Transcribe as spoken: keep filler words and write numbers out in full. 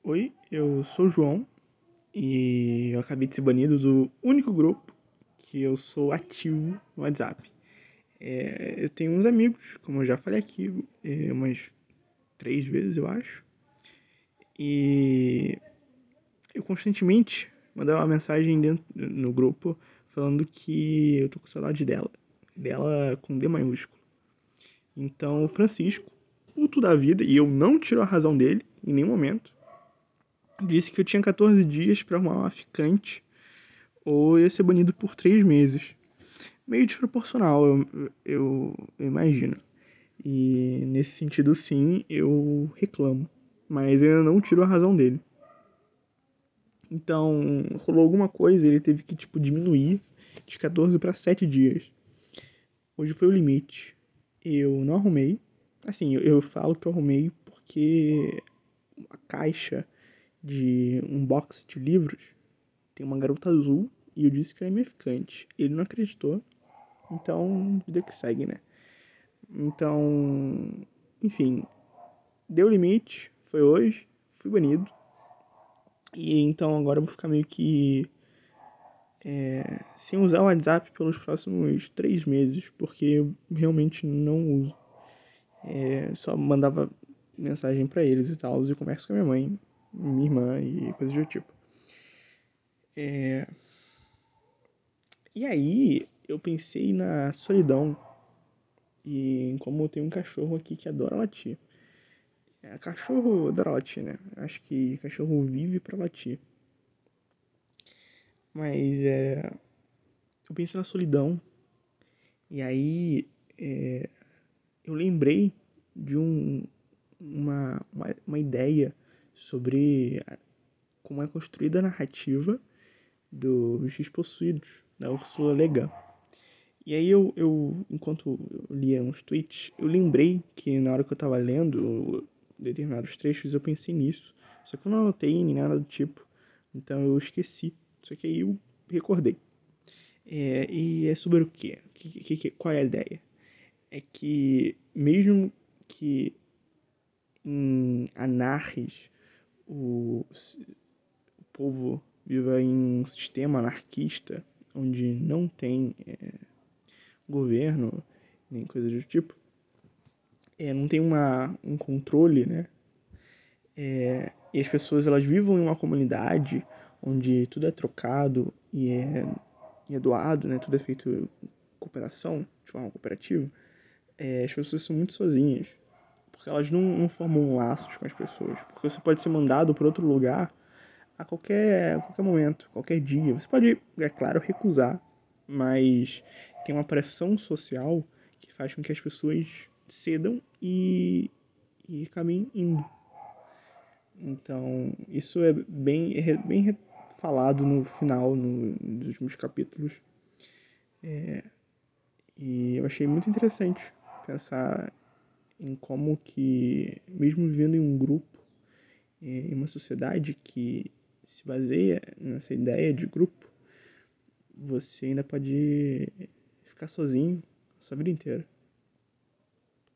Oi, eu sou o João e eu acabei de ser banido do único grupo que eu sou ativo no WhatsApp. É, eu tenho uns amigos, como eu já falei aqui, é, umas três vezes eu acho, e eu constantemente mandava uma mensagem dentro, no grupo falando que eu tô com saudade dela, dela com D maiúsculo. Então o Francisco, puto da vida, e eu não tiro a razão dele em nenhum momento, disse que eu tinha catorze dias pra arrumar uma ficante ou ia ser banido por três meses. Meio desproporcional, eu, eu, eu imagino. E nesse sentido, sim, eu reclamo. Mas eu não tiro a razão dele. Então, rolou alguma coisa, ele teve que, tipo, diminuir de catorze para sete dias. Hoje foi o limite. Eu não arrumei. Assim, eu, eu falo que eu arrumei porque a caixa de um box de livros tem uma garota azul e eu disse que ela é minha ficante. Ele não acreditou. Então, vida que segue, né? Então, enfim, deu limite, foi hoje, fui banido. E então agora eu vou ficar meio que é, sem usar o WhatsApp pelos próximos três meses, porque eu realmente não uso. É, só mandava mensagem pra eles e tal, e converso com a minha mãe, minha irmã e coisas do tipo. É, e aí eu pensei na solidão e em como eu tenho um cachorro aqui que adora latir. É, cachorro adora latir, né? Acho que cachorro vive pra latir. Mas é, eu pensei na solidão. E aí é, eu lembrei de um, uma, uma, uma ideia sobre a- como é construída a narrativa dos Despossuídos, da Ursula Le Guin. E aí eu, eu, enquanto eu lia uns tweets, eu lembrei que na hora que eu tava lendo determinados trechos, eu pensei nisso. Só que eu não anotei nem nada do tipo. Então eu esqueci. Só que aí eu recordei. É, e é sobre o quê? Que, que, qual é a ideia? É que mesmo que em Anarres o, o povo viva em um sistema anarquista onde não tem é, governo nem coisa do tipo, é, não tem uma, um controle, né? É, e as pessoas elas vivem em uma comunidade onde tudo é trocado e é, e é doado, né? Tudo é feito em cooperação, de forma cooperativa. É, as pessoas são muito sozinhas, porque elas não, não formam laços com as pessoas. Porque você pode ser mandado para outro lugar a qualquer, a qualquer momento, qualquer dia. Você pode, é claro, recusar, mas tem uma pressão social que faz com que as pessoas cedam e, e acabem indo. Então, isso é bem, é bem falado no final, no, nos últimos capítulos. E eu achei muito interessante pensar em como que, mesmo vivendo em um grupo, em uma sociedade que se baseia nessa ideia de grupo, você ainda pode ficar sozinho a sua vida inteira.